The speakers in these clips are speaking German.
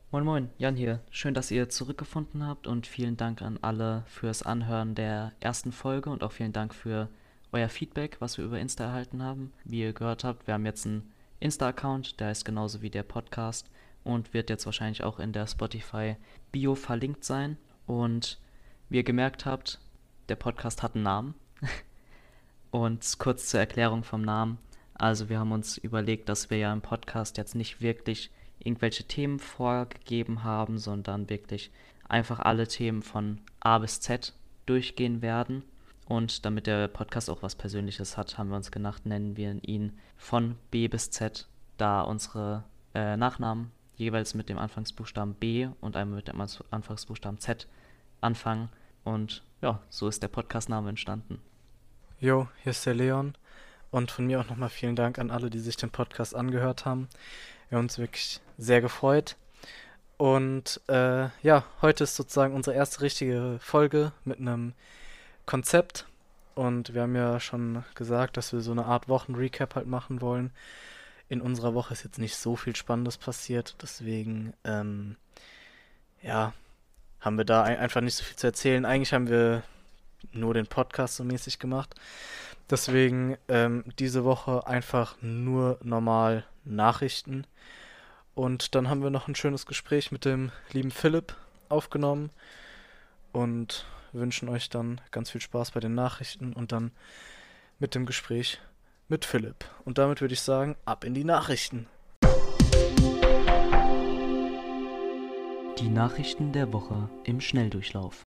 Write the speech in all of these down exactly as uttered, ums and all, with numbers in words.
Moin Moin, Jan hier. Schön, dass ihr zurückgefunden habt und vielen Dank an alle fürs Anhören der ersten Folge und auch vielen Dank für euer Feedback, was wir über Insta erhalten haben. Wie ihr gehört habt, wir haben jetzt einen Insta-Account, der ist genauso wie der Podcast und wird jetzt wahrscheinlich auch in der Spotify-Bio verlinkt sein. Und wie ihr gemerkt habt, der Podcast hat einen Namen. Und kurz zur Erklärung vom Namen. Also wir haben uns überlegt, dass wir ja im Podcast jetzt nicht wirklich irgendwelche Themen vorgegeben haben, sondern wirklich einfach alle Themen von A bis Z durchgehen werden. Und damit der Podcast auch was Persönliches hat, haben wir uns gedacht, nennen wir ihn von B bis Z, da unsere äh, Nachnamen jeweils mit dem Anfangsbuchstaben B und einmal mit dem Anfangsbuchstaben Z anfangen. Und ja, so ist der Podcastname entstanden. Jo, hier ist der Leon und von mir auch nochmal vielen Dank an alle, die sich den Podcast angehört haben. Wir haben uns wirklich sehr gefreut und äh, ja, heute ist sozusagen unsere erste richtige Folge mit einem Konzept und wir haben ja schon gesagt, dass wir so eine Art Wochenrecap halt machen wollen. In unserer Woche ist jetzt nicht so viel Spannendes passiert, deswegen ähm, ja, haben wir da ein einfach nicht so viel zu erzählen. Eigentlich haben wir nur den Podcast so mäßig gemacht. Deswegen ähm, diese Woche einfach nur normal Nachrichten. Und dann haben wir noch ein schönes Gespräch mit dem lieben Philipp aufgenommen und wünschen euch dann ganz viel Spaß bei den Nachrichten und dann mit dem Gespräch mit Philipp. Und damit würde ich sagen, ab in die Nachrichten. Die Nachrichten der Woche im Schnelldurchlauf.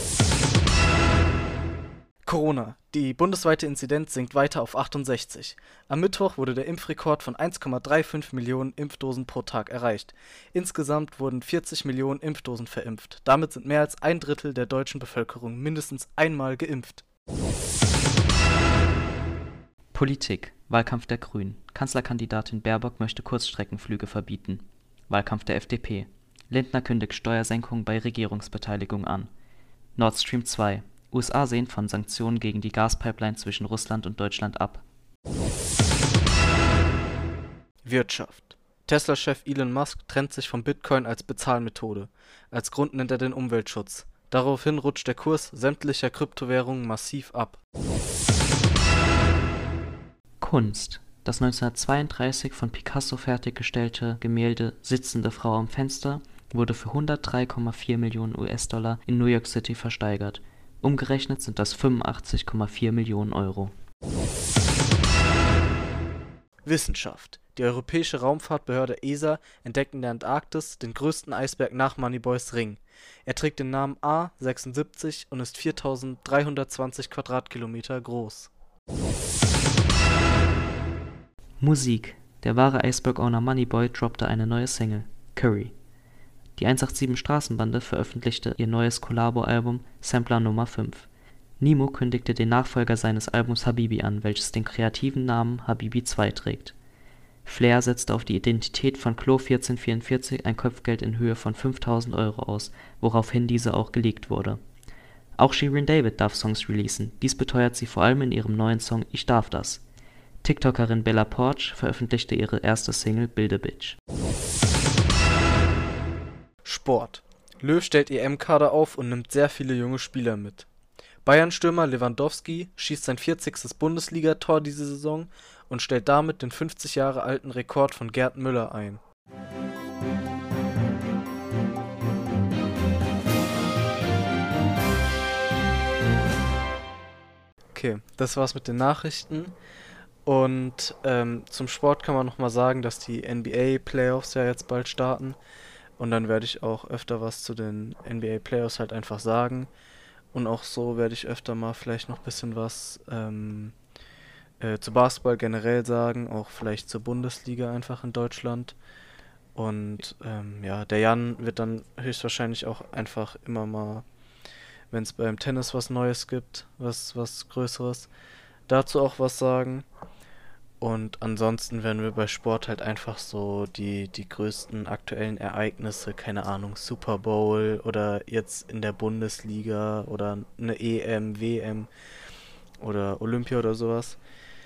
Corona. Die bundesweite Inzidenz sinkt weiter auf achtundsechzig. Am Mittwoch wurde der Impfrekord von eins Komma fünfunddreißig Millionen Impfdosen pro Tag erreicht. Insgesamt wurden vierzig Millionen Impfdosen verimpft. Damit sind mehr als ein Drittel der deutschen Bevölkerung mindestens einmal geimpft. Politik. Wahlkampf der Grünen. Kanzlerkandidatin Baerbock möchte Kurzstreckenflüge verbieten. Wahlkampf der F D P. Lindner kündigt Steuersenkung bei Regierungsbeteiligung an. Nord Stream zwei. U S A sehen von Sanktionen gegen die Gaspipeline zwischen Russland und Deutschland ab. Wirtschaft. Tesla-Chef Elon Musk trennt sich vom Bitcoin als Bezahlmethode. Als Grund nennt er den Umweltschutz. Daraufhin rutscht der Kurs sämtlicher Kryptowährungen massiv ab. Kunst. Das neunzehnhundertzweiunddreißig von Picasso fertiggestellte Gemälde Sitzende Frau am Fenster wurde für hundertdrei Komma vier Millionen U S-Dollar in New York City versteigert. Umgerechnet sind das fünfundachtzig Komma vier Millionen Euro. Wissenschaft. Die europäische Raumfahrtbehörde E S A entdeckt in der Antarktis den größten Eisberg nach Moneyboys Ring. Er trägt den Namen A sechsundsiebzig und ist viertausenddreihundertzwanzig Quadratkilometer groß. Musik. Der wahre Iceberg-Owner Moneyboy droppte eine neue Single, Curry. Die hundertsiebenundachtzig Straßenbande veröffentlichte ihr neues Collabo-Album Sampler Nummer fünf. Nimo kündigte den Nachfolger seines Albums Habibi an, welches den kreativen Namen Habibi zwei trägt. Flair setzte auf die Identität von Klo vierzehnhundertvierundvierzig ein Kopfgeld in Höhe von fünftausend Euro aus, woraufhin diese auch geleakt wurde. Auch Shirin David darf Songs releasen, dies beteuert sie vor allem in ihrem neuen Song Ich darf das. TikTokerin Bella Poarch veröffentlichte ihre erste Single Build a Bitch. Sport. Löw stellt E M-Kader auf und nimmt sehr viele junge Spieler mit. Bayern-Stürmer Lewandowski schießt sein vierzigstes Bundesligator diese Saison und stellt damit den fünfzig Jahre alten Rekord von Gerd Müller ein. Okay, das war's mit den Nachrichten. Und ähm, zum Sport kann man nochmal sagen, dass die N B A-Playoffs ja jetzt bald starten. Und dann werde ich auch öfter was zu den N B A-Playoffs halt einfach sagen. Und auch so werde ich öfter mal vielleicht noch ein bisschen was ähm, äh, zu Basketball generell sagen. Auch vielleicht zur Bundesliga einfach in Deutschland. Und ähm, ja, der Jan wird dann höchstwahrscheinlich auch einfach immer mal, wenn es beim Tennis was Neues gibt, was, was Größeres, dazu auch was sagen. Und ansonsten werden wir bei Sport halt einfach so die, die größten aktuellen Ereignisse, keine Ahnung, Super Bowl oder jetzt in der Bundesliga oder eine E M, W M oder Olympia oder sowas.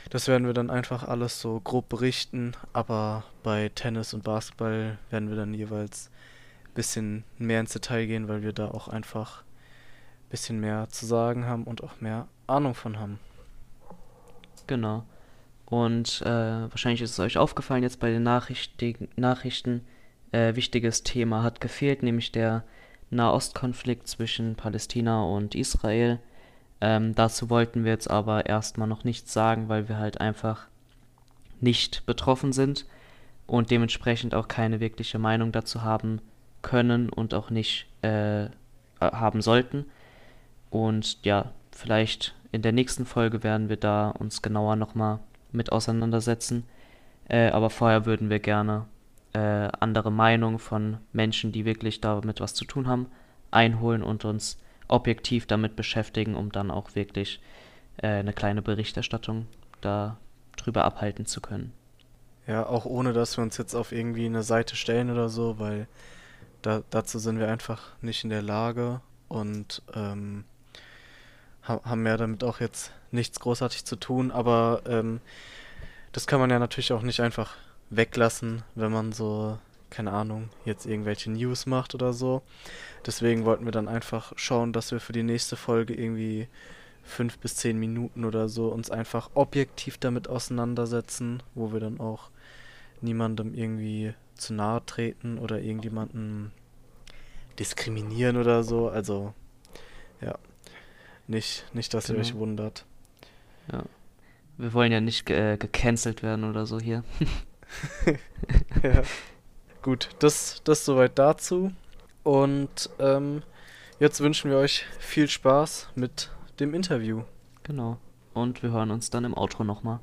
Das werden wir dann einfach alles so grob berichten, aber bei Tennis und Basketball werden wir dann jeweils ein bisschen mehr ins Detail gehen, weil wir da auch einfach ein bisschen mehr zu sagen haben und auch mehr Ahnung von haben. Genau. Und äh, wahrscheinlich ist es euch aufgefallen jetzt bei den Nachrichtigen, Nachrichten, äh, wichtiges Thema hat gefehlt, nämlich der Nahostkonflikt zwischen Palästina und Israel. Ähm, dazu wollten wir jetzt aber erstmal noch nichts sagen, weil wir halt einfach nicht betroffen sind und dementsprechend auch keine wirkliche Meinung dazu haben können und auch nicht äh, haben sollten. Und ja, vielleicht in der nächsten Folge werden wir da uns genauer nochmal mit auseinandersetzen. Äh, aber vorher würden wir gerne äh, andere Meinungen von Menschen, die wirklich damit was zu tun haben, einholen und uns objektiv damit beschäftigen, um dann auch wirklich äh, eine kleine Berichterstattung darüber abhalten zu können. Ja, auch ohne, dass wir uns jetzt auf irgendwie eine Seite stellen oder so, weil da, dazu sind wir einfach nicht in der Lage und ähm, ha haben ja damit auch jetzt nichts großartig zu tun, aber ähm, das kann man ja natürlich auch nicht einfach weglassen, wenn man so, keine Ahnung, jetzt irgendwelche News macht oder so. Deswegen wollten wir dann einfach schauen, dass wir für die nächste Folge irgendwie fünf bis zehn Minuten oder so uns einfach objektiv damit auseinandersetzen, wo wir dann auch niemandem irgendwie zu nahe treten oder irgendjemanden diskriminieren oder so. Also, ja, nicht, nicht, dass ihr Genau. euch wundert. Ja. Wir wollen ja nicht ge äh, gecancelt werden oder so hier. Ja. Gut, das, das soweit dazu. Und ähm, jetzt wünschen wir euch viel Spaß mit dem Interview. Genau. Und wir hören uns dann im Outro nochmal.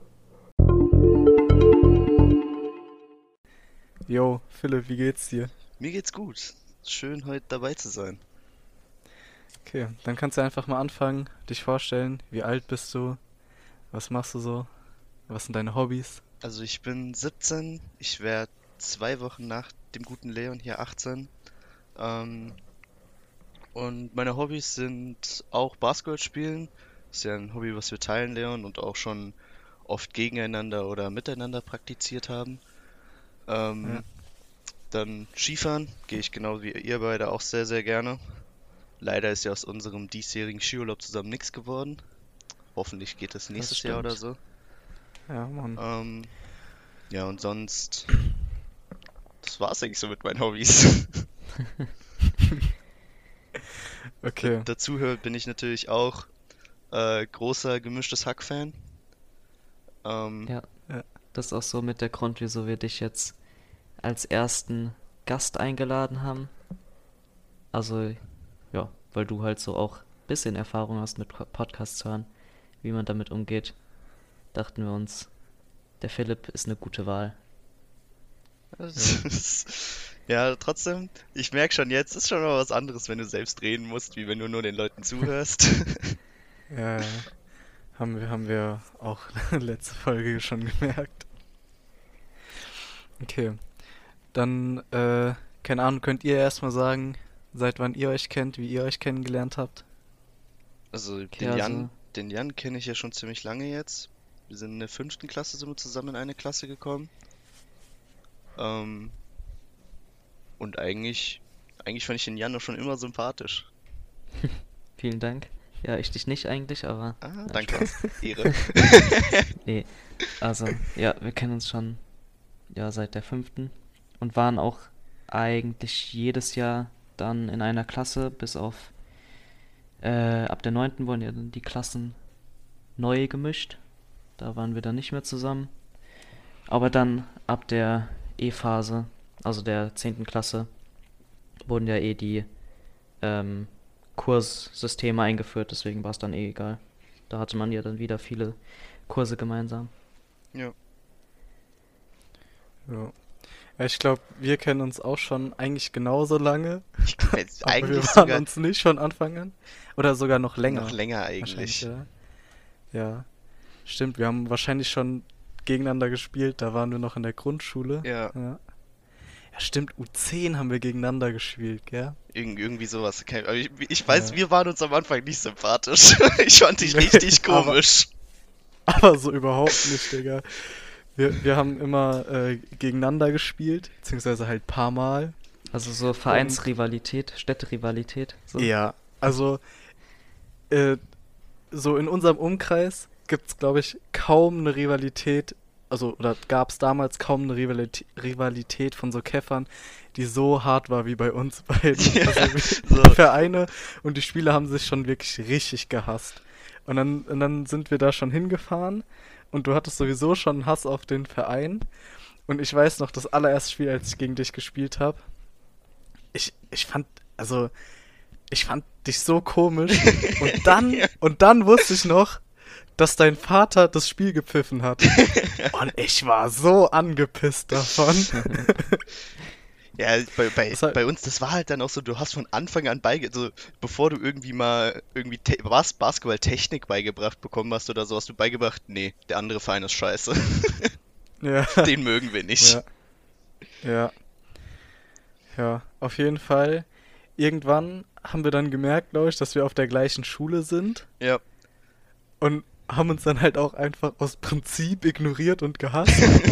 Jo, Philipp, wie geht's dir? Mir geht's gut. Schön, heute dabei zu sein. Okay, dann kannst du einfach mal anfangen, dich vorstellen. Wie alt bist du? Was machst du so? Was sind deine Hobbys? Also ich bin siebzehn, ich werde zwei Wochen nach dem guten Leon hier achtzehn. Ähm, und meine Hobbys sind auch Basketball spielen. Ist ja ein Hobby, was wir teilen, Leon, und auch schon oft gegeneinander oder miteinander praktiziert haben. Ja. Ähm, Dann Skifahren, gehe ich genau wie ihr beide auch sehr, sehr gerne. Leider ist ja aus unserem diesjährigen Skiurlaub zusammen nichts geworden. Hoffentlich geht es nächstes Jahr oder stimmt. so. Ja, Mann. Ähm, ja, und sonst, das war's eigentlich so mit meinen Hobbys. Okay. Dazu hört, bin ich natürlich auch äh, großer gemischtes Hack-Fan. Ähm, Ja, Ja. das ist auch so mit der Grund, wieso wir dich jetzt als ersten Gast eingeladen haben. Also, ja, weil du halt so auch ein bisschen Erfahrung hast mit Po- Podcasts hören, wie man damit umgeht, dachten wir uns, der Philipp ist eine gute Wahl. das ist, ja, trotzdem, ich merke schon jetzt, ist schon mal was anderes, wenn du selbst reden musst, wie wenn du nur den Leuten zuhörst. Ja, ja. Haben wir, haben wir auch letzte Folge schon gemerkt. Okay. Dann, äh, keine Ahnung, könnt ihr erstmal sagen, seit wann ihr euch kennt, wie ihr euch kennengelernt habt? Also Okay, den Jan, also, den Jan kenne ich ja schon ziemlich lange jetzt. Wir sind in der fünften Klasse sind wir zusammen in eine Klasse gekommen. Ähm, und eigentlich, eigentlich fand ich den Jan auch schon immer sympathisch. vielen Dank. Ja, ich dich nicht eigentlich, aber Ah, na, danke. Spaß. Ehre. Nee, also, ja, wir kennen uns schon ja seit der fünften und waren auch eigentlich jedes Jahr dann in einer Klasse, bis auf äh, ab der neunten wurden ja dann die Klassen neu gemischt. Da waren wir dann nicht mehr zusammen. Aber dann ab der E-Phase, also der zehnten Klasse, wurden ja eh die ähm, Kurssysteme eingeführt, deswegen war es dann eh egal. Da hatte man ja dann wieder viele Kurse gemeinsam. Ja. Ja. Ja, ich glaube, wir kennen uns auch schon eigentlich genauso lange, Ich glaube jetzt aber wir eigentlich waren sogar uns nicht von Anfang an. Oder sogar noch noch länger, länger wahrscheinlich, eigentlich. ja. Ja, stimmt, wir haben wahrscheinlich schon gegeneinander gespielt, da waren wir noch in der Grundschule. Ja, Ja, ja stimmt, U zehn haben wir gegeneinander gespielt, gell? irgend, irgendwie sowas. Kein- Aber ich, ich weiß, Ja. wir waren uns am Anfang nicht sympathisch. Ich fand dich richtig Aber, komisch. aber so überhaupt nicht, Digga. Wir, wir haben immer äh, gegeneinander gespielt, beziehungsweise halt paar Mal. Also so Vereinsrivalität, Städterivalität. So. Ja, also äh, so in unserem Umkreis gibt es, glaube ich, kaum eine Rivalität, also oder gab es damals kaum eine Rivalitä- Rivalität von so Käffern, die so hart war wie bei uns beiden. Ja, Also so. die Vereine und die Spieler haben sich schon wirklich richtig gehasst. Und dann, und dann sind wir da schon hingefahren und du hattest sowieso schon Hass auf den Verein. Und ich weiß noch, das allererste Spiel, als ich gegen dich gespielt habe, ich, ich fand, also, ich fand dich so komisch. Und dann, Ja. und dann wusste ich noch, dass dein Vater das Spiel gepfiffen hat. Und ich war so angepisst davon. Ja, bei, bei, Das halt- bei uns, das war halt dann auch so, du hast von Anfang an beige, also bevor du irgendwie mal irgendwie te was Basketball-Technik beigebracht bekommen hast oder so, hast du beigebracht, nee, der andere Verein ist scheiße. Ja, Den mögen wir nicht. ja, ja. Ja, auf jeden Fall. Irgendwann haben wir dann gemerkt, glaube ich, dass wir auf der gleichen Schule sind. Ja. Und haben uns dann halt auch einfach aus Prinzip ignoriert und gehasst.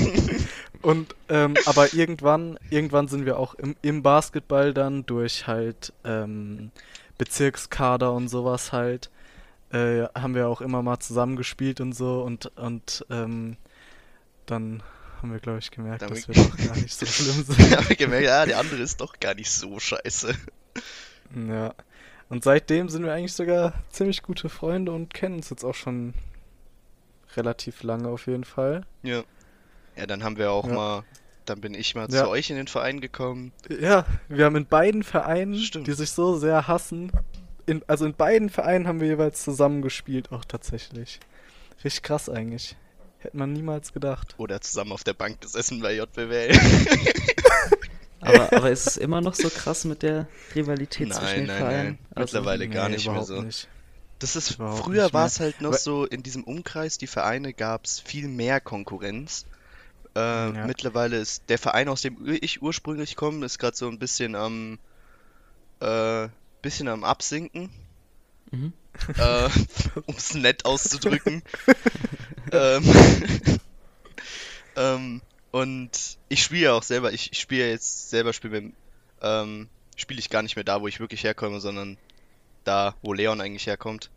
Und ähm, aber irgendwann, irgendwann sind wir auch im, im Basketball dann durch halt ähm, Bezirkskader und sowas halt, äh, haben wir auch immer mal zusammengespielt und so und und ähm, dann haben wir, glaube ich, gemerkt, Dann dass wir- wir doch gar nicht so schlimm sind. Da habe ich gemerkt, ja, der andere ist doch gar nicht so scheiße. Ja. Und seitdem sind wir eigentlich sogar ziemlich gute Freunde und kennen uns jetzt auch schon relativ lange auf jeden Fall. Ja. Ja, dann haben wir auch Ja. mal, dann bin ich mal Ja. zu euch in den Verein gekommen. Ja, wir haben in beiden Vereinen, Stimmt. die sich so sehr hassen, in, also in beiden Vereinen haben wir jeweils zusammen gespielt, auch tatsächlich. Richtig krass eigentlich. Hätte man niemals gedacht. Oder zusammen auf der Bank des Essen bei J B W L. Aber, aber ist es immer noch so krass mit der Rivalität zwischen Nein, den nein, Vereinen? nein. Also, Mittlerweile gar Nee, nicht mehr überhaupt so. nicht. Das ist, Überhaupt früher nicht war mehr. es halt noch Aber- so, in diesem Umkreis, die Vereine gab es viel mehr Konkurrenz. Äh, Ja. Mittlerweile ist der Verein, aus dem ur- ich ursprünglich komme, ist gerade so ein bisschen am, äh, bisschen am Absinken, mhm. äh, um es nett auszudrücken. ähm, ähm, und ich spiele ja auch selber, ich, ich spiele jetzt selber, spiele ähm, spiele ich gar nicht mehr da, wo ich wirklich herkomme, sondern da, wo Leon eigentlich herkommt.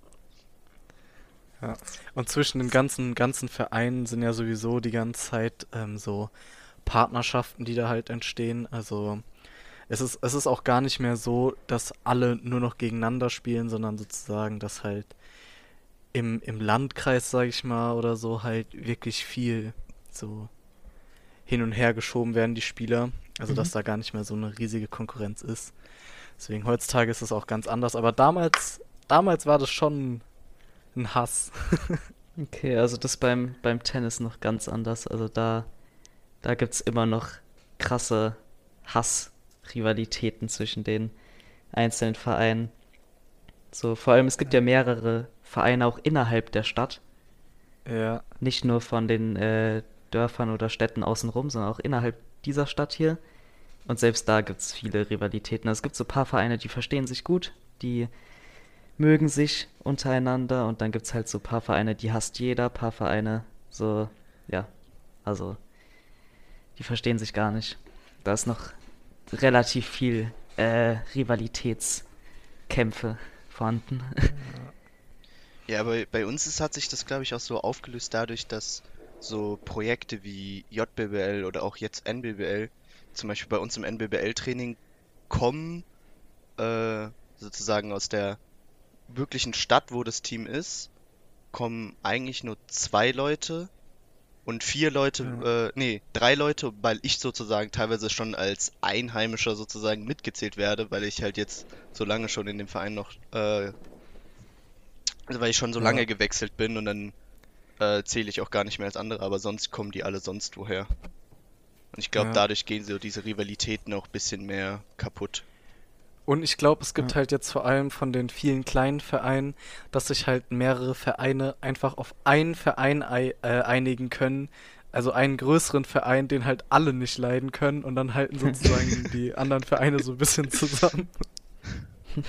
Ja. Und zwischen den ganzen, ganzen Vereinen sind ja sowieso die ganze Zeit ähm, so Partnerschaften, die da halt entstehen. Also es ist, es ist auch gar nicht mehr so, dass alle nur noch gegeneinander spielen, sondern sozusagen, dass halt im, im Landkreis, sag ich mal, oder so halt wirklich viel so hin und her geschoben werden, die Spieler. Also dass Mhm. da gar nicht mehr so eine riesige Konkurrenz ist. Deswegen heutzutage ist es auch ganz anders. Aber damals, damals war das schon ein Hass. Okay, also das beim, beim Tennis noch ganz anders. Also da, da gibt es immer noch krasse Hassrivalitäten zwischen den einzelnen Vereinen. So, vor allem, es gibt ja mehrere Vereine auch innerhalb der Stadt. Ja, Nicht nur von den äh, Dörfern oder Städten außenrum, sondern auch innerhalb dieser Stadt hier. Und selbst da gibt es viele Rivalitäten. Also es gibt so ein paar Vereine, die verstehen sich gut, die mögen sich untereinander. Und dann gibt es halt so ein paar Vereine, die hasst jeder, paar Vereine so, ja, also die verstehen sich gar nicht. Da ist noch relativ viel äh, Rivalitätskämpfe vorhanden. Ja, aber bei uns ist, hat sich das, glaube ich, auch so aufgelöst dadurch, dass so Projekte wie J B B L oder auch jetzt N B B L, zum Beispiel bei uns im N B B L-Training, kommen äh, sozusagen aus der wirklichen Stadt, wo das Team ist, kommen eigentlich nur zwei Leute und vier Leute, äh, nee, drei Leute, weil ich sozusagen teilweise schon als Einheimischer sozusagen mitgezählt werde, weil ich halt jetzt so lange schon in dem Verein noch, äh, also weil ich schon so Ja. lange gewechselt bin und dann äh, zähle ich auch gar nicht mehr als andere, aber sonst kommen die alle sonst woher. Und ich glaube, Ja. dadurch gehen so diese Rivalitäten auch ein bisschen mehr kaputt. Und ich glaube, es gibt Ja. halt jetzt vor allem von den vielen kleinen Vereinen, dass sich halt mehrere Vereine einfach auf einen Verein ei äh, einigen können. Also einen größeren Verein, den halt alle nicht leiden können. Und dann halten sozusagen die anderen Vereine so ein bisschen zusammen.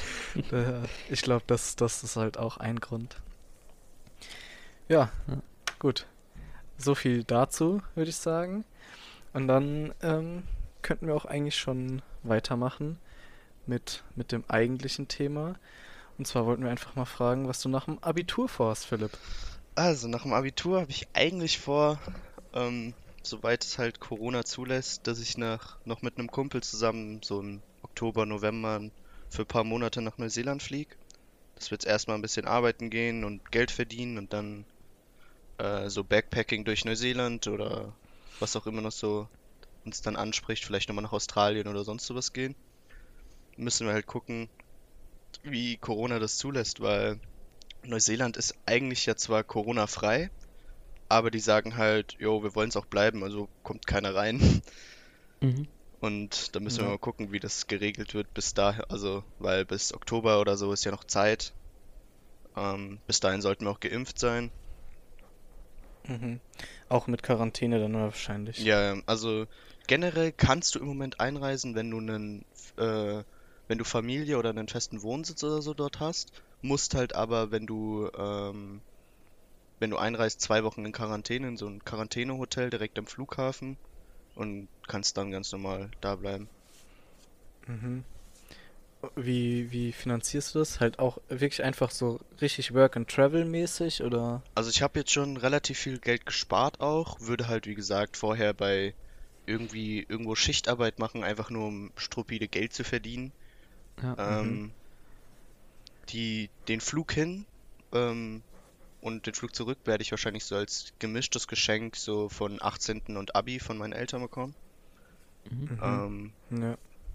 Daher, ich glaube, das, das ist halt auch ein Grund. Ja, Ja. gut. So viel dazu, würde ich sagen. Und dann ähm, könnten wir auch eigentlich schon weitermachen mit, mit dem eigentlichen Thema. Und zwar wollten wir einfach mal fragen, was du nach dem Abitur vorhast, Philipp. Also, nach dem Abitur habe ich eigentlich vor, ähm, soweit es halt Corona zulässt, dass ich nach, noch mit einem Kumpel zusammen so im Oktober, November für ein paar Monate nach Neuseeland fliege. Dass wir jetzt erstmal ein bisschen arbeiten gehen und Geld verdienen und dann äh, so Backpacking durch Neuseeland oder was auch immer noch so uns dann anspricht, vielleicht nochmal nach Australien oder sonst sowas gehen. Müssen wir halt gucken, wie Corona das zulässt, weil Neuseeland ist eigentlich ja zwar Corona-frei, aber die sagen halt, jo, wir wollen es auch bleiben, also kommt keiner rein. Mhm. Und da müssen wir Ja. mal gucken, wie das geregelt wird bis dahin, also weil bis Oktober oder so ist ja noch Zeit. Ähm, bis dahin sollten wir auch geimpft sein. Mhm. Auch mit Quarantäne dann wahrscheinlich. Ja, also generell kannst du im Moment einreisen, wenn du einen, äh, wenn du Familie oder einen festen Wohnsitz oder so dort hast. Musst halt aber, wenn du, ähm, wenn du einreist, zwei Wochen in Quarantäne, in so ein Quarantänehotel direkt am Flughafen und kannst dann ganz normal da bleiben. Mhm. Wie, wie finanzierst du das? Halt auch wirklich einfach so richtig Work-and-Travel-mäßig oder? Also ich habe jetzt schon relativ viel Geld gespart auch, würde halt wie gesagt vorher bei irgendwie irgendwo Schichtarbeit machen, einfach nur um stupide Geld zu verdienen. Ja. Mhm. Ähm, die, den Flug hin, ähm, und den Flug zurück werde ich wahrscheinlich so als gemischtes Geschenk so von achtzehnten und Abi von meinen Eltern bekommen. Mhm. Mhm. Ähm, Ja.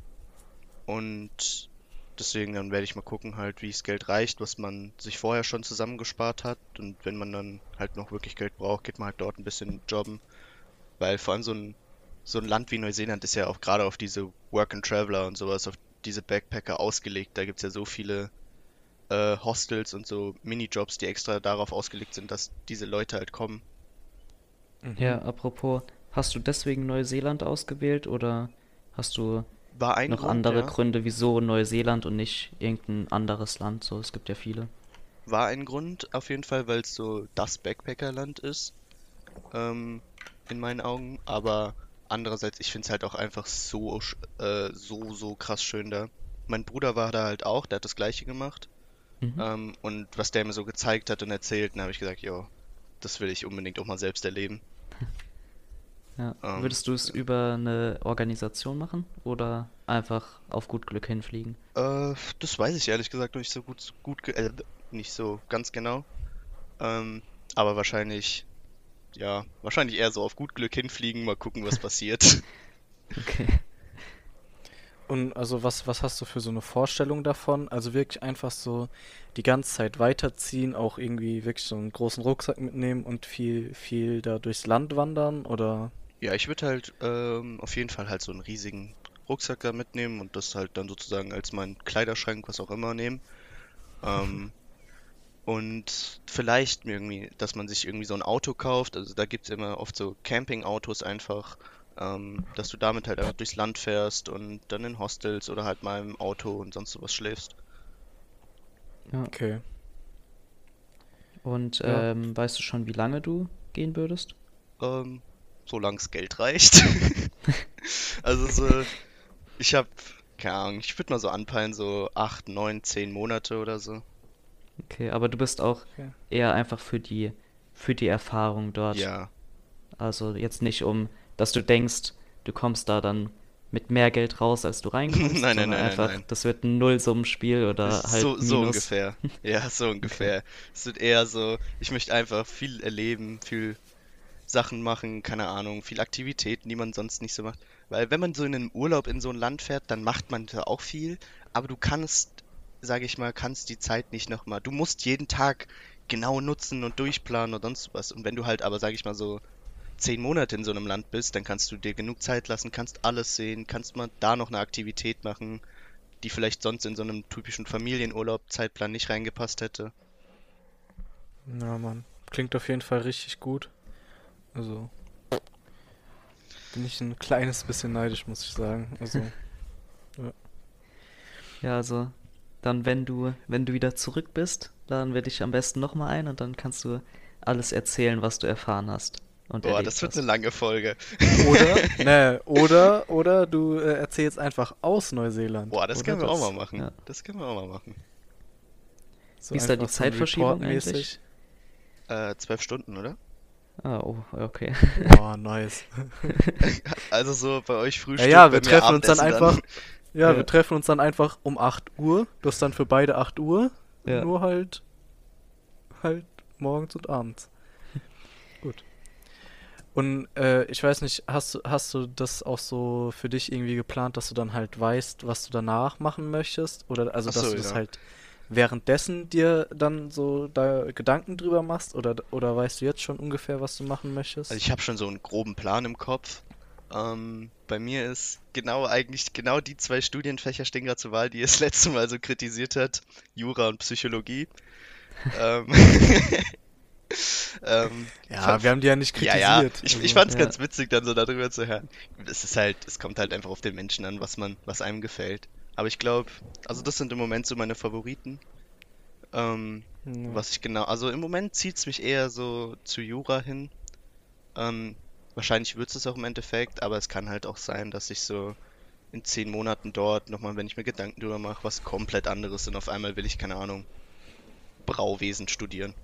und deswegen dann werde ich mal gucken halt, wie das Geld reicht, was man sich vorher schon zusammengespart hat. Und wenn man dann halt noch wirklich Geld braucht, geht man halt dort ein bisschen jobben. Weil vor allem so ein, so ein Land wie Neuseeland ist ja auch gerade auf diese Work-and-Traveler und sowas, auf diese Backpacker ausgelegt. Da gibt's ja so viele äh, Hostels und so Minijobs, die extra darauf ausgelegt sind, dass diese Leute halt kommen. Mhm. Ja, apropos, hast du deswegen Neuseeland ausgewählt oder hast du War ein noch Grund, andere ja. Gründe, wieso Neuseeland und nicht irgendein anderes Land? So, es gibt ja viele. War ein Grund auf jeden Fall, weil es so das Backpackerland ist, ähm, in meinen Augen. Aber andererseits, ich finde es halt auch einfach so, sch- äh, so, so krass schön da. Mein Bruder war da halt auch, der hat das Gleiche gemacht. Mhm. Ähm, und was der mir so gezeigt hat und erzählt, dann habe ich gesagt, jo, das will ich unbedingt auch mal selbst erleben. Ja. Ähm, Würdest du es über eine Organisation machen oder einfach auf gut Glück hinfliegen? äh, Das weiß ich ehrlich gesagt noch nicht so gut, gut, ge- äh, nicht so ganz genau. Ähm, aber wahrscheinlich, ja, wahrscheinlich eher so auf gut Glück hinfliegen, mal gucken, was passiert. Okay. Und also was, was hast du für so eine Vorstellung davon? Also wirklich einfach so die ganze Zeit weiterziehen, auch irgendwie wirklich so einen großen Rucksack mitnehmen und viel, viel da durchs Land wandern oder? Ja, ich würde halt ähm, auf jeden Fall halt so einen riesigen Rucksack da mitnehmen und das halt dann sozusagen als meinen Kleiderschrank, was auch immer, nehmen. Ähm, und vielleicht mir irgendwie, dass man sich irgendwie so ein Auto kauft. Also da gibt's immer oft so Campingautos einfach, ähm, dass du damit halt einfach durchs Land fährst und dann in Hostels oder halt mal im Auto und sonst sowas schläfst. Ja. Okay. Und Ja. ähm, weißt du schon, wie lange du gehen würdest? Ähm, Solang's Geld reicht. Also so, ich hab, keine Ahnung, ich würde mal so anpeilen, so acht, neun, zehn Monate oder so. Okay, aber du bist auch Okay. eher einfach für die, für die Erfahrung dort. Ja. Also jetzt nicht um, dass du denkst, du kommst da dann mit mehr Geld raus, als du reinkommst, Nein, nein, sondern nein, nein, einfach, nein. das wird ein Nullsummenspiel oder Ist so, halt so Minus. ungefähr. Ja, so Okay. ungefähr. Es wird eher so, ich möchte einfach viel erleben, viel Sachen machen, keine Ahnung, viel Aktivitäten, die man sonst nicht so macht. Weil wenn man so in einen Urlaub in so ein Land fährt, dann macht man da auch viel, aber du kannst, sage ich mal, kannst die Zeit nicht nochmal. Du musst jeden Tag genau nutzen und durchplanen und sonst was. Und wenn du halt aber, sage ich mal, so zehn Monate in so einem Land bist, dann kannst du dir genug Zeit lassen, kannst alles sehen, kannst mal da noch eine Aktivität machen, die vielleicht sonst in so einem typischen Familienurlaub Zeitplan nicht reingepasst hätte. Ja, Mann. Klingt auf jeden Fall richtig gut. Also bin ich ein kleines bisschen neidisch, muss ich sagen. Also, ja. Ja, also dann, wenn du, wenn du wieder zurück bist, laden wir dich am besten nochmal ein und dann kannst du alles erzählen, was du erfahren hast und Boah, erlebt das wird hast. eine lange Folge. Oder, ne, oder, oder du äh, erzählst einfach aus Neuseeland. Boah, das Oder können wir auch das, mal machen. ja. Das können wir auch mal machen. So Wie ist da die einfach so ein Zeitverschiebung Report-mäßig. Äh, zwölf Stunden, oder? Ah, oh, okay. Oh, nice. Also so bei euch Ja, Frühstück, ja, bei wir mir treffen uns dann Abendessen einfach, ja, Ja. wir treffen uns dann einfach um acht Uhr. Du hast dann für beide acht Uhr, Ja. nur halt, halt morgens und abends. Gut. Und äh, ich weiß nicht, hast du, hast du das auch so für dich irgendwie geplant, dass du dann halt weißt, was du danach machen möchtest? Oder also, Ach dass so, du das ja. halt währenddessen dir dann so da Gedanken drüber machst? Oder, oder weißt du jetzt schon ungefähr, was du machen möchtest? Also ich habe schon so einen groben Plan im Kopf. Ähm, bei mir ist genau eigentlich genau die zwei Studienfächer stehen gerade zur Wahl, die ihr das letzte Mal so kritisiert hat. Jura und Psychologie. Ähm, ähm, Ja, wir haben die ja nicht ja, ja, kritisiert. ich, Also, ich fand's Ja. ganz witzig, dann so darüber zu hören. Es ist halt, es kommt halt einfach auf den Menschen an, was man, was einem gefällt. Aber ich glaube, also das sind im Moment so meine Favoriten. Ähm, ja. was ich genau, also im Moment zieht's mich eher so zu Jura hin. Ähm, wahrscheinlich wird's es auch im Endeffekt, aber es kann halt auch sein, dass ich so in zehn Monaten dort nochmal, wenn ich mir Gedanken drüber mache, was komplett anderes und auf einmal will ich, keine Ahnung, Brauwesen studieren.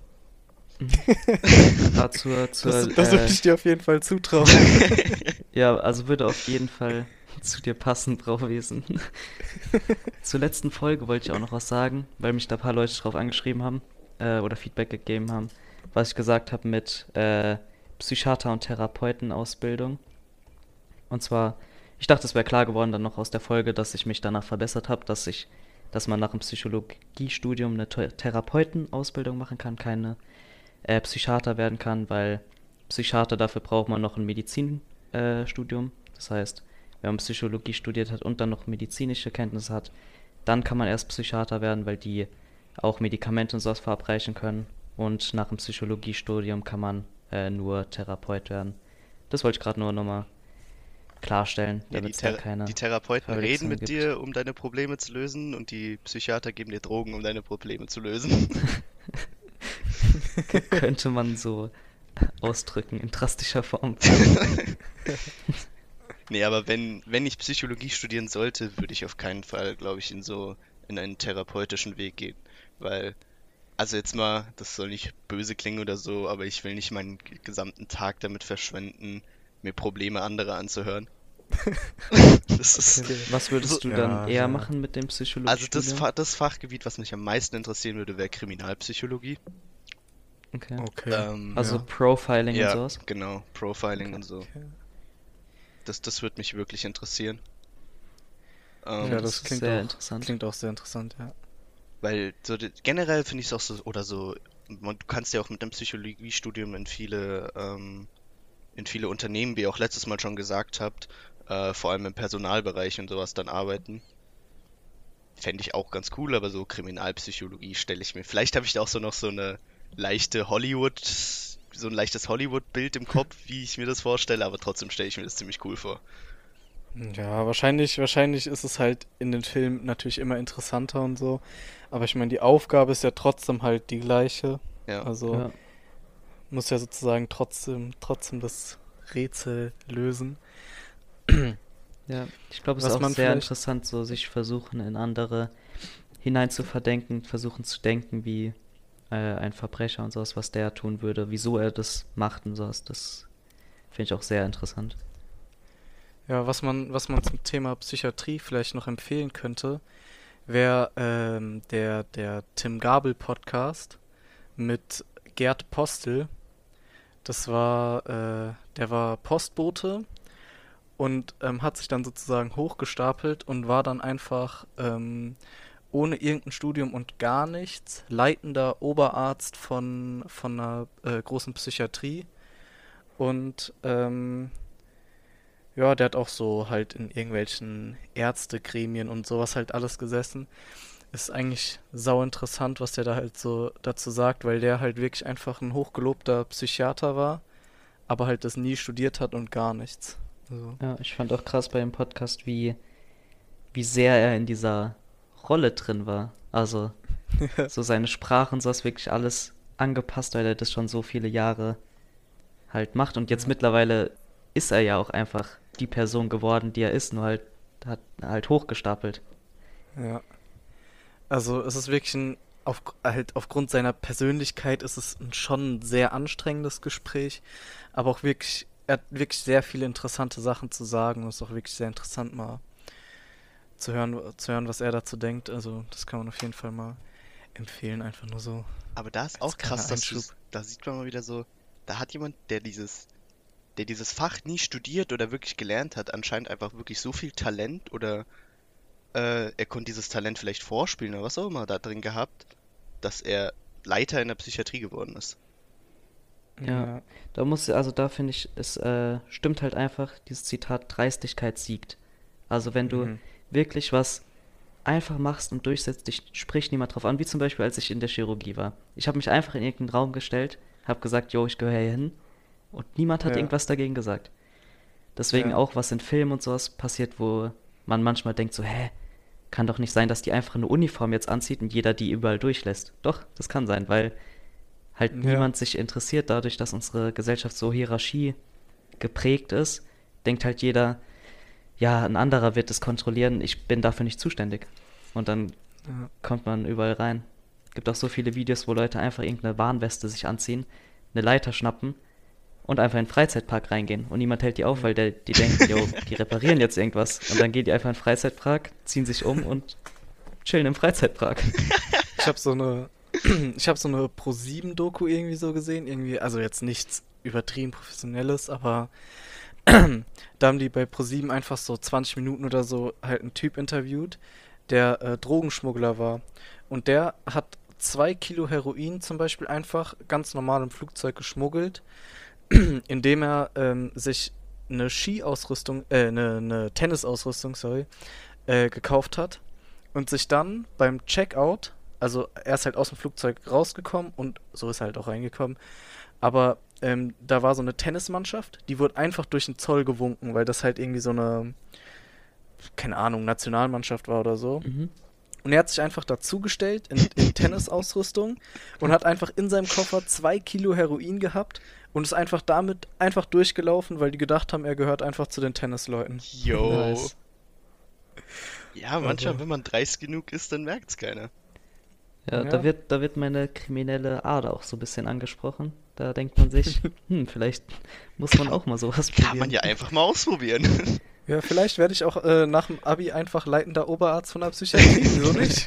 Ah, zur, zur, Das, das würde äh, ich dir auf jeden Fall zutrauen. ja, also würde auf jeden Fall zu dir passen, Brauwesen. Zur letzten Folge wollte ich auch noch was sagen, weil mich da ein paar Leute drauf angeschrieben haben äh, oder Feedback gegeben haben, was ich gesagt habe mit äh, Psychiater- und Therapeutenausbildung. Und zwar, ich dachte, es wäre klar geworden dann noch aus der Folge, dass ich mich danach verbessert habe, dass ich, dass man nach dem Psychologiestudium eine The- Therapeutenausbildung machen kann, keine äh, Psychiater werden kann, weil Psychiater, dafür braucht man noch ein Medizinstudium. Äh, Studium. Das heißt, wenn man Psychologie studiert hat und dann noch medizinische Kenntnisse hat, dann kann man erst Psychiater werden, weil die auch Medikamente und sowas verabreichen können. Und nach dem Psychologiestudium kann man äh, nur Therapeut werden. Das wollte ich gerade nur nochmal klarstellen, Ja, die, damit es da Thera keine die Therapeuten reden Verwechslung mit gibt. dir, um deine Probleme zu lösen, und die Psychiater geben dir Drogen, um deine Probleme zu lösen. Könnte man so ausdrücken in drastischer Form. Nee, aber wenn, wenn ich Psychologie studieren sollte, würde ich auf keinen Fall, glaube ich, in so in einen therapeutischen Weg gehen. Weil, also jetzt mal, das soll nicht böse klingen oder so, aber ich will nicht meinen g- gesamten Tag damit verschwenden, mir Probleme anderer anzuhören. Das ist Okay. Was würdest so, du Ja, dann eher ja. machen mit dem also das, Psychologiestudium? Fa das Fachgebiet, was mich am meisten interessieren würde, wäre Kriminalpsychologie. Okay. Okay. Ähm, Also Ja. Profiling und ja, sowas? genau, Profiling Okay. und so. Okay. Das, das würde mich wirklich interessieren. Ja, Ja, Ähm, das das ist klingt sehr auch, interessant. klingt auch sehr interessant, ja. Weil so die, generell finde ich es auch so, oder so, man, du kannst ja auch mit einem Psychologiestudium in viele, ähm, in viele Unternehmen, wie ihr auch letztes Mal schon gesagt habt, äh, vor allem im Personalbereich und sowas dann arbeiten. Fände ich auch ganz cool, aber so Kriminalpsychologie stelle ich mir. Vielleicht habe ich da auch so noch so eine leichte Hollywood, so ein leichtes Hollywood-Bild im Kopf, wie ich mir das vorstelle, aber trotzdem stelle ich mir das ziemlich cool vor. Ja, wahrscheinlich, wahrscheinlich ist es halt in den Filmen natürlich immer interessanter und so. Aber ich meine, die Aufgabe ist ja trotzdem halt die gleiche. Ja. Also Ja. muss ja sozusagen trotzdem, trotzdem das Rätsel lösen. Ja, ich glaube, es ist Was auch man sehr vielleicht. interessant, so sich versuchen, in andere hinein zu verdenken, versuchen zu denken, wie äh, ein Verbrecher und sowas, was der tun würde, wieso er das macht und sowas. Das finde ich auch sehr interessant. Ja, was man, was man zum Thema Psychiatrie vielleicht noch empfehlen könnte, wäre ähm, der, der Tim Gabel Podcast mit Gerd Postel. Das war, äh, der war Postbote und ähm, hat sich dann sozusagen hochgestapelt und war dann einfach ähm, ohne irgendein Studium und gar nichts leitender Oberarzt von, von einer äh, großen Psychiatrie. Und ähm, ja, der hat auch so halt in irgendwelchen Ärztegremien und sowas halt alles gesessen. Ist eigentlich sau interessant, was der da halt so dazu sagt, weil der halt wirklich einfach ein hochgelobter Psychiater war, aber halt das nie studiert hat und gar nichts. Also, Ja, ich fand auch krass bei dem Podcast, wie, wie sehr er in dieser Rolle drin war. Also so seine Sprache und sowas, wirklich alles angepasst, weil er das schon so viele Jahre halt macht. Und jetzt Ja. mittlerweile ist er ja auch einfach die Person geworden, die er ist, nur halt hat halt hochgestapelt. Ja. Also es ist wirklich ein, auf, halt aufgrund seiner Persönlichkeit ist es ein schon sehr anstrengendes Gespräch, aber auch wirklich, er hat wirklich sehr viele interessante Sachen zu sagen und es ist auch wirklich sehr interessant mal zu hören, zu hören, was er dazu denkt. Also das kann man auf jeden Fall mal empfehlen, einfach nur so Aber da ist als auch kleiner krass, dass du, Einschub. da sieht man mal wieder so, da hat jemand, der dieses, der dieses Fach nie studiert oder wirklich gelernt hat, anscheinend einfach wirklich so viel Talent oder äh, er konnte dieses Talent vielleicht vorspielen oder was auch immer da drin gehabt, dass er Leiter in der Psychiatrie geworden ist. Ja, Ja, da muss, also da finde ich, es äh, stimmt halt einfach, dieses Zitat, Dreistigkeit siegt. Also wenn du mhm. wirklich was einfach machst und durchsetzt, dich spricht niemand drauf an, wie zum Beispiel, als ich in der Chirurgie war. Ich habe mich einfach in irgendeinen Raum gestellt, habe gesagt, yo, ich gehöre hier hin und niemand hat Ja, irgendwas dagegen gesagt. Deswegen ja, auch, was in Filmen und sowas passiert, wo man manchmal denkt so, hä, kann doch nicht sein, dass die einfach eine Uniform jetzt anzieht und jeder die überall durchlässt. Doch, das kann sein, weil halt ja, niemand sich interessiert dadurch, dass unsere Gesellschaft so Hierarchie geprägt ist, denkt halt jeder, ja, ein anderer wird es kontrollieren, ich bin dafür nicht zuständig. Und dann ja, kommt man überall rein. Gibt auch so viele Videos, wo Leute einfach irgendeine Warnweste sich anziehen, eine Leiter schnappen und einfach in den Freizeitpark reingehen. Und niemand hält die auf, ja. weil der, die denken, yo, die reparieren jetzt irgendwas. Und dann gehen die einfach in den Freizeitpark, ziehen sich um und chillen im Freizeitpark. Ich habe so eine, ich habe so eine Pro sieben Doku irgendwie so gesehen, irgendwie, also jetzt nichts übertrieben Professionelles, aber da haben die bei Pro sieben einfach so zwanzig Minuten oder so halt einen Typ interviewt, der äh, Drogenschmuggler war. Und der hat zwei Kilo Heroin zum Beispiel einfach ganz normal im Flugzeug geschmuggelt, indem er ähm, sich eine Skiausrüstung, äh, eine, eine Tennisausrüstung, sorry, äh, gekauft hat und sich dann beim Checkout, also er ist halt aus dem Flugzeug rausgekommen und so ist er halt auch reingekommen, aber ähm, da war so eine Tennismannschaft, die wurde einfach durch den Zoll gewunken, weil das halt irgendwie so eine, keine Ahnung, Nationalmannschaft war oder so. Mhm. Und er hat sich einfach dazugestellt in, in Tennisausrüstung und hat einfach in seinem Koffer zwei Kilo Heroin gehabt und ist einfach damit einfach durchgelaufen, weil die gedacht haben, er gehört einfach zu den Tennisleuten. Yo. Nice. Ja, manchmal, Also, wenn man dreist genug ist, dann merkt's keiner. Ja, da ja. wird, da wird meine kriminelle Ader auch so ein bisschen angesprochen. Da denkt man sich, hm, vielleicht muss man Kann, auch mal sowas kann man probieren. ja einfach mal ausprobieren. Ja, vielleicht werde ich auch äh, nach dem Abi einfach leitender Oberarzt von der Psychiatrie, wieso nicht?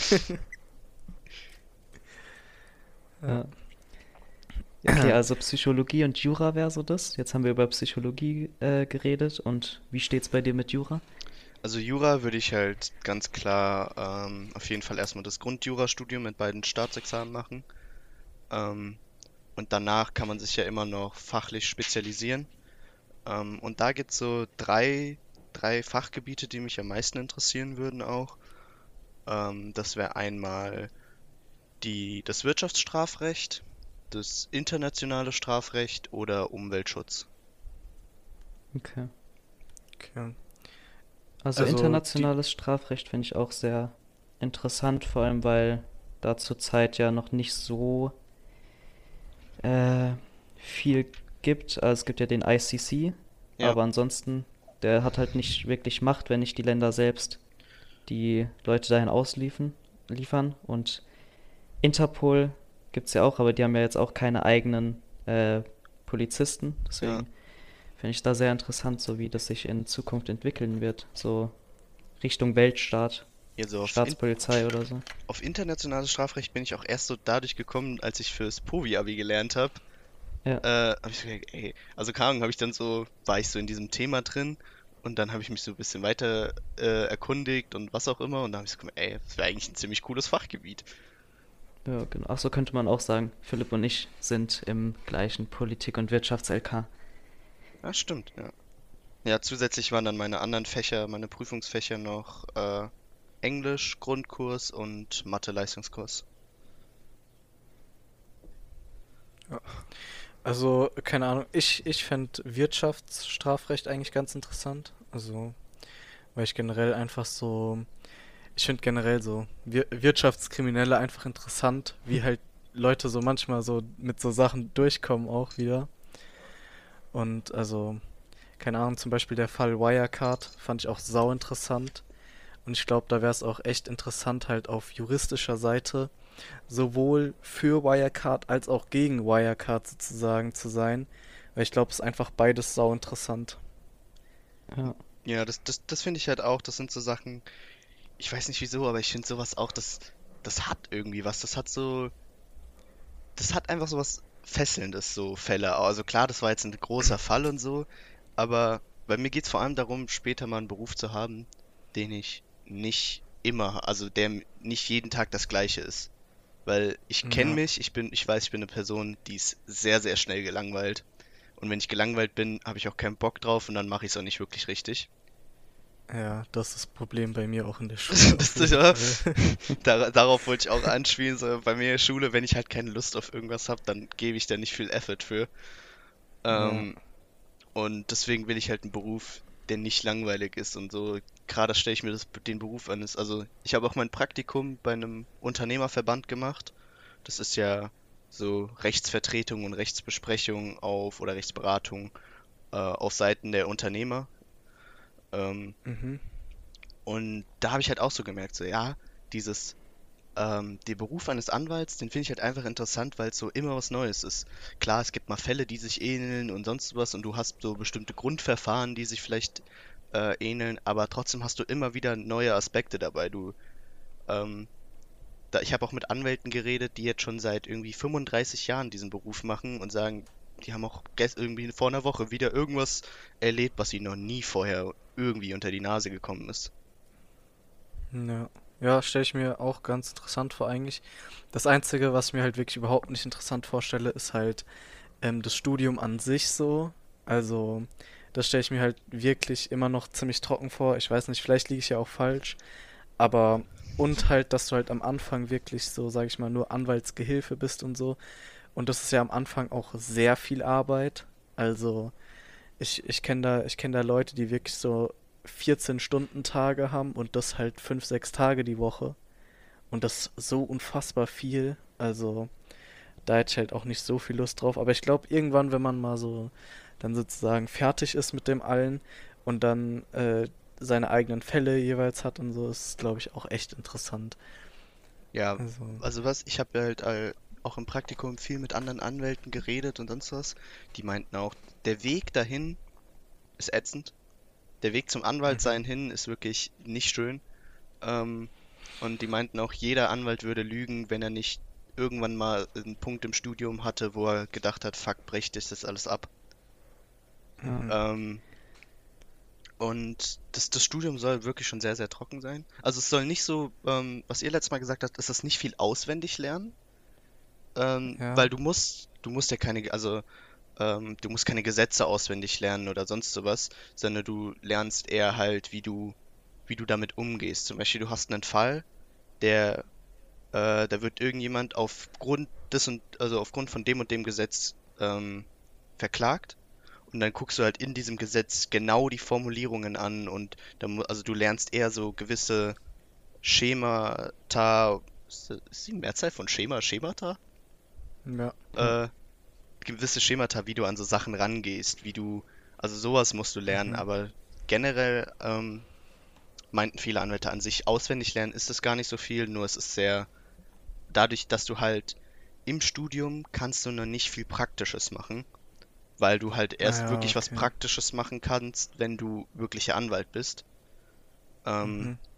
Ja. Ja. Okay, also Psychologie und Jura wäre so das. Jetzt haben wir über Psychologie äh, geredet und wie steht's bei dir mit Jura? Also Jura würde ich halt ganz klar ähm, auf jeden Fall erstmal das Grundjurastudium mit beiden Staatsexamen machen. Ähm, und danach kann man sich ja immer noch fachlich spezialisieren. Ähm, und da gibt es so drei, drei Fachgebiete, die mich am meisten interessieren würden auch. Ähm, das wäre einmal die, das Wirtschaftsstrafrecht, das internationale Strafrecht oder Umweltschutz. Okay. Okay. Also Also die, internationales Strafrecht finde ich auch sehr interessant, vor allem weil da zurzeit ja noch nicht so äh, viel gibt. Also es gibt ja den I C C, Ja, aber ansonsten, der hat halt nicht wirklich Macht, wenn nicht die Länder selbst die Leute dahin ausliefern. Liefern. Und Interpol gibt es ja auch, aber die haben ja jetzt auch keine eigenen äh, Polizisten. ja. Deswegen finde ich da sehr interessant, so wie das sich in Zukunft entwickeln wird. So Richtung Weltstaat, Also auf, in, Staatspolizei oder so. auf internationales Strafrecht bin ich auch erst so dadurch gekommen, als ich fürs Povi-Abi gelernt habe. Ja, Äh, hab ich so gedacht, ey, also keine Ahnung, habe ich dann so, war ich so in diesem Thema drin und dann habe ich mich so ein bisschen weiter äh, erkundigt und was auch immer und dann habe ich so gedacht, ey, das wäre eigentlich ein ziemlich cooles Fachgebiet. ja, genau. Ach so könnte man auch sagen. Philipp und ich sind im gleichen Politik- und Wirtschafts-L K. Ja, stimmt, ja. Ja, zusätzlich waren dann meine anderen Fächer, meine Prüfungsfächer noch äh, Englisch, Grundkurs und Mathe-Leistungskurs. ja. Also, keine Ahnung, ich, ich fände Wirtschaftsstrafrecht eigentlich ganz interessant. Also, weil ich generell einfach so, ich finde generell so Wir Wirtschaftskriminelle einfach interessant, wie halt Leute so manchmal so mit so Sachen durchkommen auch wieder. Und also, keine Ahnung, zum Beispiel der Fall Wirecard fand ich auch sau interessant. Und ich glaube, da wäre es auch echt interessant, halt auf juristischer Seite sowohl für Wirecard als auch gegen Wirecard sozusagen zu sein. Weil ich glaube, es ist einfach beides sau interessant. Ja. Ja, das, das, das finde ich halt auch. Das sind so Sachen, ich weiß nicht wieso, aber ich finde sowas auch, das, das hat irgendwie was. Das hat so, das hat einfach so was Fesselndes, so Fälle. Also klar, das war jetzt ein großer Fall und so, aber bei mir geht es vor allem darum, später mal einen Beruf zu haben, den ich nicht immer, also der m- nicht jeden Tag das Gleiche ist. Weil ich kenne Ja, mich, ich bin, ich weiß, ich bin eine Person, die ist sehr, sehr schnell gelangweilt. Und wenn ich gelangweilt bin, habe ich auch keinen Bock drauf und dann mache ich es auch nicht wirklich richtig. ja, das ist das Problem bei mir auch in der Das, Schule auf das, jeden ja, Fall. dar darauf wollte ich auch anspielen. So, bei mir in der Schule, wenn ich halt keine Lust auf irgendwas habe, dann gebe ich da nicht viel Effort für. Ja, Ähm, und deswegen will ich halt einen Beruf, der nicht langweilig ist und so. Gerade stelle ich mir das, den Beruf an. Ist, also ich habe auch mein Praktikum bei einem Unternehmerverband gemacht. Das ist ja so Rechtsvertretung und Rechtsbesprechung auf oder Rechtsberatung äh, auf Seiten der Unternehmer. Ähm, mhm. und da habe ich halt auch so gemerkt, so ja, dieses Ähm, der Beruf eines Anwalts, den finde ich halt einfach interessant, weil es so immer was Neues ist. Klar, es gibt mal Fälle, die sich ähneln und sonst was und du hast so bestimmte Grundverfahren, die sich vielleicht äh, ähneln, aber trotzdem hast du immer wieder neue Aspekte dabei. Du, ähm, da, ich habe auch mit Anwälten geredet, die jetzt schon seit irgendwie fünfunddreißig Jahren diesen Beruf machen und sagen, die haben auch gest irgendwie vor einer Woche wieder irgendwas erlebt, was ihnen noch nie vorher irgendwie unter die Nase gekommen ist. Ja, ja, stelle ich mir auch ganz interessant vor eigentlich. Das Einzige, was ich mir halt wirklich überhaupt nicht interessant vorstelle, ist halt ähm, das Studium an sich so. Also, das stelle ich mir halt wirklich immer noch ziemlich trocken vor. Ich weiß nicht, vielleicht liege ich ja auch falsch, aber und halt, dass du halt am Anfang wirklich so, sage ich mal, nur Anwaltsgehilfe bist und so. Und das ist ja am Anfang auch sehr viel Arbeit. Also, ich, ich kenne da, ich kenn da Leute, die wirklich so vierzehn-Stunden-Tage haben und das halt fünf, sechs Tage die Woche. Und das ist so unfassbar viel. Also, da hätte ich halt auch nicht so viel Lust drauf. Aber ich glaube, irgendwann, wenn man mal so dann sozusagen fertig ist mit dem allen und dann äh, seine eigenen Fälle jeweils hat und so, ist es, glaube ich, auch echt interessant. Ja, Also, also was, ich habe halt all, auch im Praktikum viel mit anderen Anwälten geredet und sonst was. Die meinten auch, der Weg dahin ist ätzend. Der Weg zum mhm. Anwaltsein hin ist wirklich nicht schön. Ähm, und die meinten auch, jeder Anwalt würde lügen, wenn er nicht irgendwann mal einen Punkt im Studium hatte, wo er gedacht hat, fuck, brech dich das alles ab. Ja. Mhm. Ähm, und das, das Studium soll wirklich schon sehr, sehr trocken sein. Also es soll nicht so, ähm, was ihr letztes Mal gesagt habt, ist das nicht viel auswendig lernen. Ähm, weil Ja, du musst, du musst ja keine, also ähm, du musst keine Gesetze auswendig lernen oder sonst sowas, sondern du lernst eher halt, wie du, wie du damit umgehst. Zum Beispiel, du hast einen Fall, der, äh, da wird irgendjemand aufgrund des und, also aufgrund von dem und dem Gesetz ähm, verklagt. Und dann guckst du halt in diesem Gesetz genau die Formulierungen an und dann, mu- also du lernst eher so gewisse Schemata, ist ist die Mehrzahl von Schema, Schemata? ja. Äh, gewisse Schemata, wie du an so Sachen rangehst, wie du, also sowas musst du lernen, Mhm. aber generell ähm, meinten viele Anwälte an sich, auswendig lernen ist es gar nicht so viel, nur es ist sehr, dadurch, dass du halt im Studium kannst du noch nicht viel Praktisches machen, weil du halt Ah erst ja, wirklich was okay. Praktisches machen kannst, wenn du wirklicher Anwalt bist. Ähm, Mhm.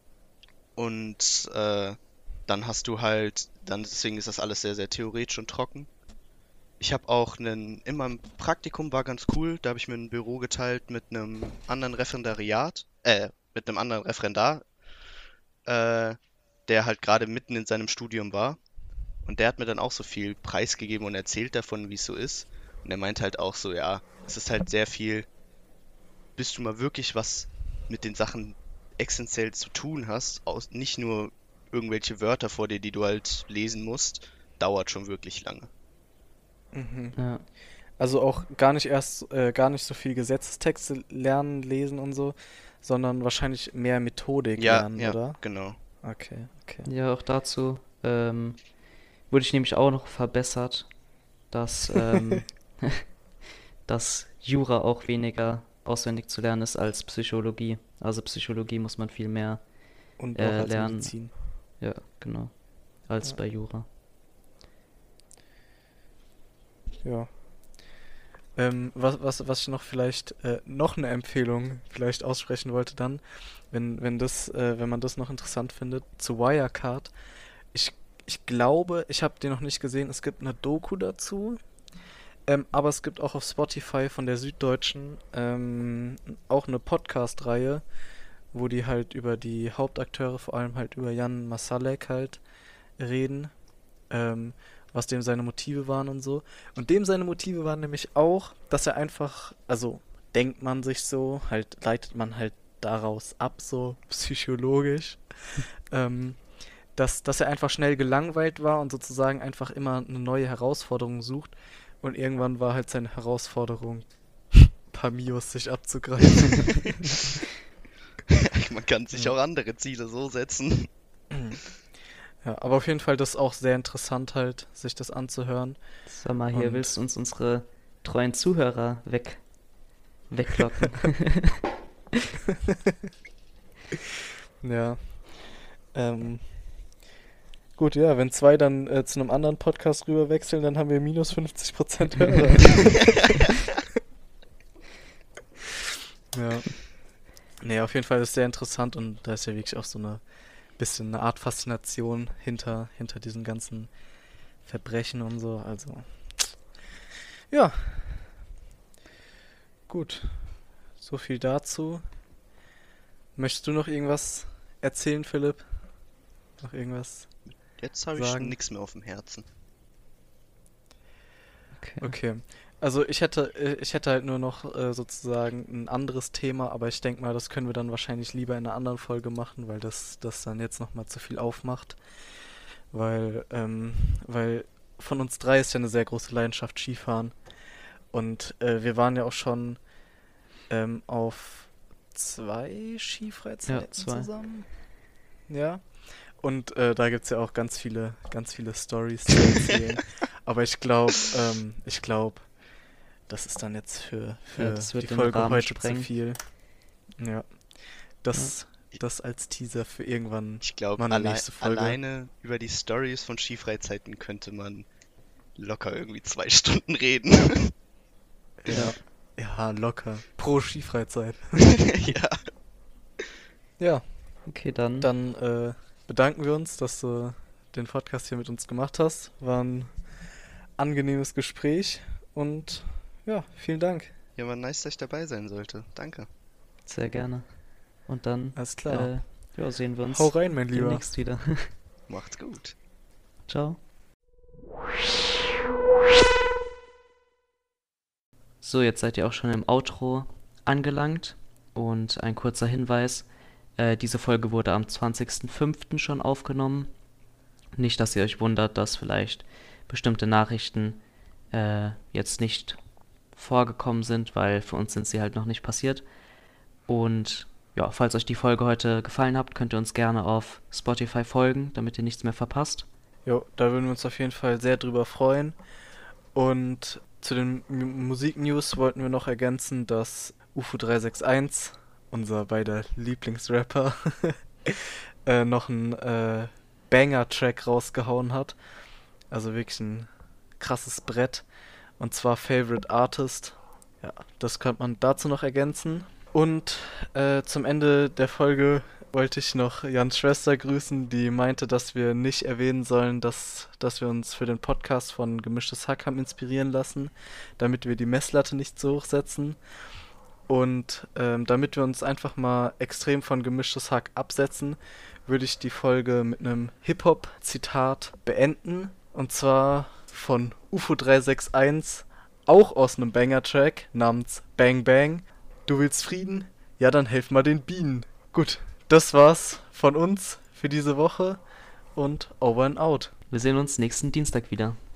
und äh, dann hast du halt, dann deswegen ist das alles sehr, sehr theoretisch und trocken. Ich habe auch einen, in meinem Praktikum war ganz cool, da habe ich mir ein Büro geteilt mit einem anderen Referendariat, äh, mit einem anderen Referendar, äh, der halt gerade mitten in seinem Studium war. Und der hat mir dann auch so viel preisgegeben und erzählt davon, wie es so ist. Und er meint halt auch so, ja, es ist halt sehr viel, bis du mal wirklich was mit den Sachen essentiell zu tun hast, aus, nicht nur irgendwelche Wörter vor dir, die du halt lesen musst, dauert schon wirklich lange. Mhm. Ja. Also auch gar nicht erst, äh, gar nicht so viel Gesetzestexte lernen, lesen und so, sondern wahrscheinlich mehr Methodik Ja, lernen, ja, oder? genau. Okay, okay. Ja, auch dazu. Ähm, wurde ich nämlich auch noch verbessert, dass, ähm, dass Jura auch weniger auswendig zu lernen ist als Psychologie. Also Psychologie muss man viel mehr Und auch äh, als lernen, Medizin. ja, genau, als Ja. bei Jura. Ja. Ähm, was, was, was ich noch vielleicht, äh, noch eine Empfehlung vielleicht aussprechen wollte dann, wenn, wenn das, äh, wenn man das noch interessant findet, zu Wirecard. Ich, ich glaube, ich habe den noch nicht gesehen, es gibt eine Doku dazu, ähm, aber es gibt auch auf Spotify von der Süddeutschen ähm, auch eine Podcast-Reihe, wo die halt über die Hauptakteure, vor allem halt über Jan Masalek halt reden, ähm, was dem seine Motive waren und so. Und dem seine Motive waren nämlich auch, dass er einfach, also denkt man sich so, halt leitet man halt daraus ab, so psychologisch, ähm, dass, dass er einfach schnell gelangweilt war und sozusagen einfach immer eine neue Herausforderung sucht. Und irgendwann war halt seine Herausforderung, Pamios sich abzugreifen. Man kann sich Ja. auch andere Ziele so setzen. Ja, aber auf jeden Fall das ist auch sehr interessant halt, sich das anzuhören. Sag mal, hier Und willst du uns unsere treuen Zuhörer weg, weglocken. ja, ähm, gut, ja, wenn zwei dann äh, zu einem anderen Podcast rüber wechseln, dann haben wir minus fünfzig Prozent Hörer. Ja. Nee, auf jeden Fall ist es sehr interessant und da ist ja wirklich auch so eine bisschen eine Art Faszination hinter, hinter diesen ganzen Verbrechen und so. Also, ja, gut. So viel dazu. Möchtest du noch irgendwas erzählen, Philipp? Noch irgendwas Jetzt habe ich schon sagen? nichts mehr auf dem Herzen. Okay. Okay. Also ich hätte, äh, ich hätte halt nur noch äh, sozusagen ein anderes Thema, aber ich denke mal, das können wir dann wahrscheinlich lieber in einer anderen Folge machen, weil das, das dann jetzt nochmal zu viel aufmacht. Weil, ähm, weil von uns drei ist ja eine sehr große Leidenschaft Skifahren. Und äh, wir waren ja auch schon ähm, auf zwei Skifreizeiten Ja, zwei. zusammen. Ja. Und äh, da gibt's ja auch ganz viele, ganz viele Stories zu erzählen. Aber ich glaube, ähm, ich glaube, das ist dann jetzt für, Ja, für das die wird den Folge Rahmen heute zu sprengen. viel. Ja. Das, das als Teaser für irgendwann Ich glaube, mal eine alle nächste Folge. alleine über die Stories von Skifreizeiten könnte man locker irgendwie zwei Stunden reden. Ja. Ja, locker. Pro Skifreizeit. Ja. Ja, Okay, dann. dann äh, bedanken wir uns, dass du den Podcast hier mit uns gemacht hast. War ein angenehmes Gespräch und ja, vielen Dank. Ja, war nice, dass ich dabei sein sollte. Danke. Sehr gerne. Und dann Alles klar. äh, ja, sehen wir uns Hau rein, mein Lieber. demnächst wieder. Macht's gut. Ciao. So, jetzt seid ihr auch schon im Outro angelangt. Und ein kurzer Hinweis, äh, diese Folge wurde am zwanzigsten fünften schon aufgenommen. Nicht, dass ihr euch wundert, dass vielleicht bestimmte Nachrichten äh, jetzt nicht vorgekommen sind, weil für uns sind sie halt noch nicht passiert. Und ja, falls euch die Folge heute gefallen hat, könnt ihr uns gerne auf Spotify folgen, damit ihr nichts mehr verpasst. Jo, da würden wir uns auf jeden Fall sehr drüber freuen. Und zu den M- Musik-News wollten wir noch ergänzen, dass U F O drei sechs eins, unser beider Lieblingsrapper, äh, noch einen äh, Banger-Track rausgehauen hat. Also wirklich ein krasses Brett. Und zwar Favorite Artist. Ja, das könnte man dazu noch ergänzen. Und äh, zum Ende der Folge wollte ich noch Jans Schwester grüßen, die meinte, dass wir nicht erwähnen sollen, dass, dass wir uns für den Podcast von Gemischtes Hack haben inspirieren lassen, damit wir die Messlatte nicht so hoch setzen. Und ähm, damit wir uns einfach mal extrem von Gemischtes Hack absetzen, würde ich die Folge mit einem Hip-Hop-Zitat beenden. Und zwar von U F O drei sechs eins, auch aus einem Banger-Track namens Bang Bang. Du willst Frieden? Ja, dann helf mal den Bienen. Gut, das war's von uns für diese Woche und over and out. Wir sehen uns nächsten Dienstag wieder.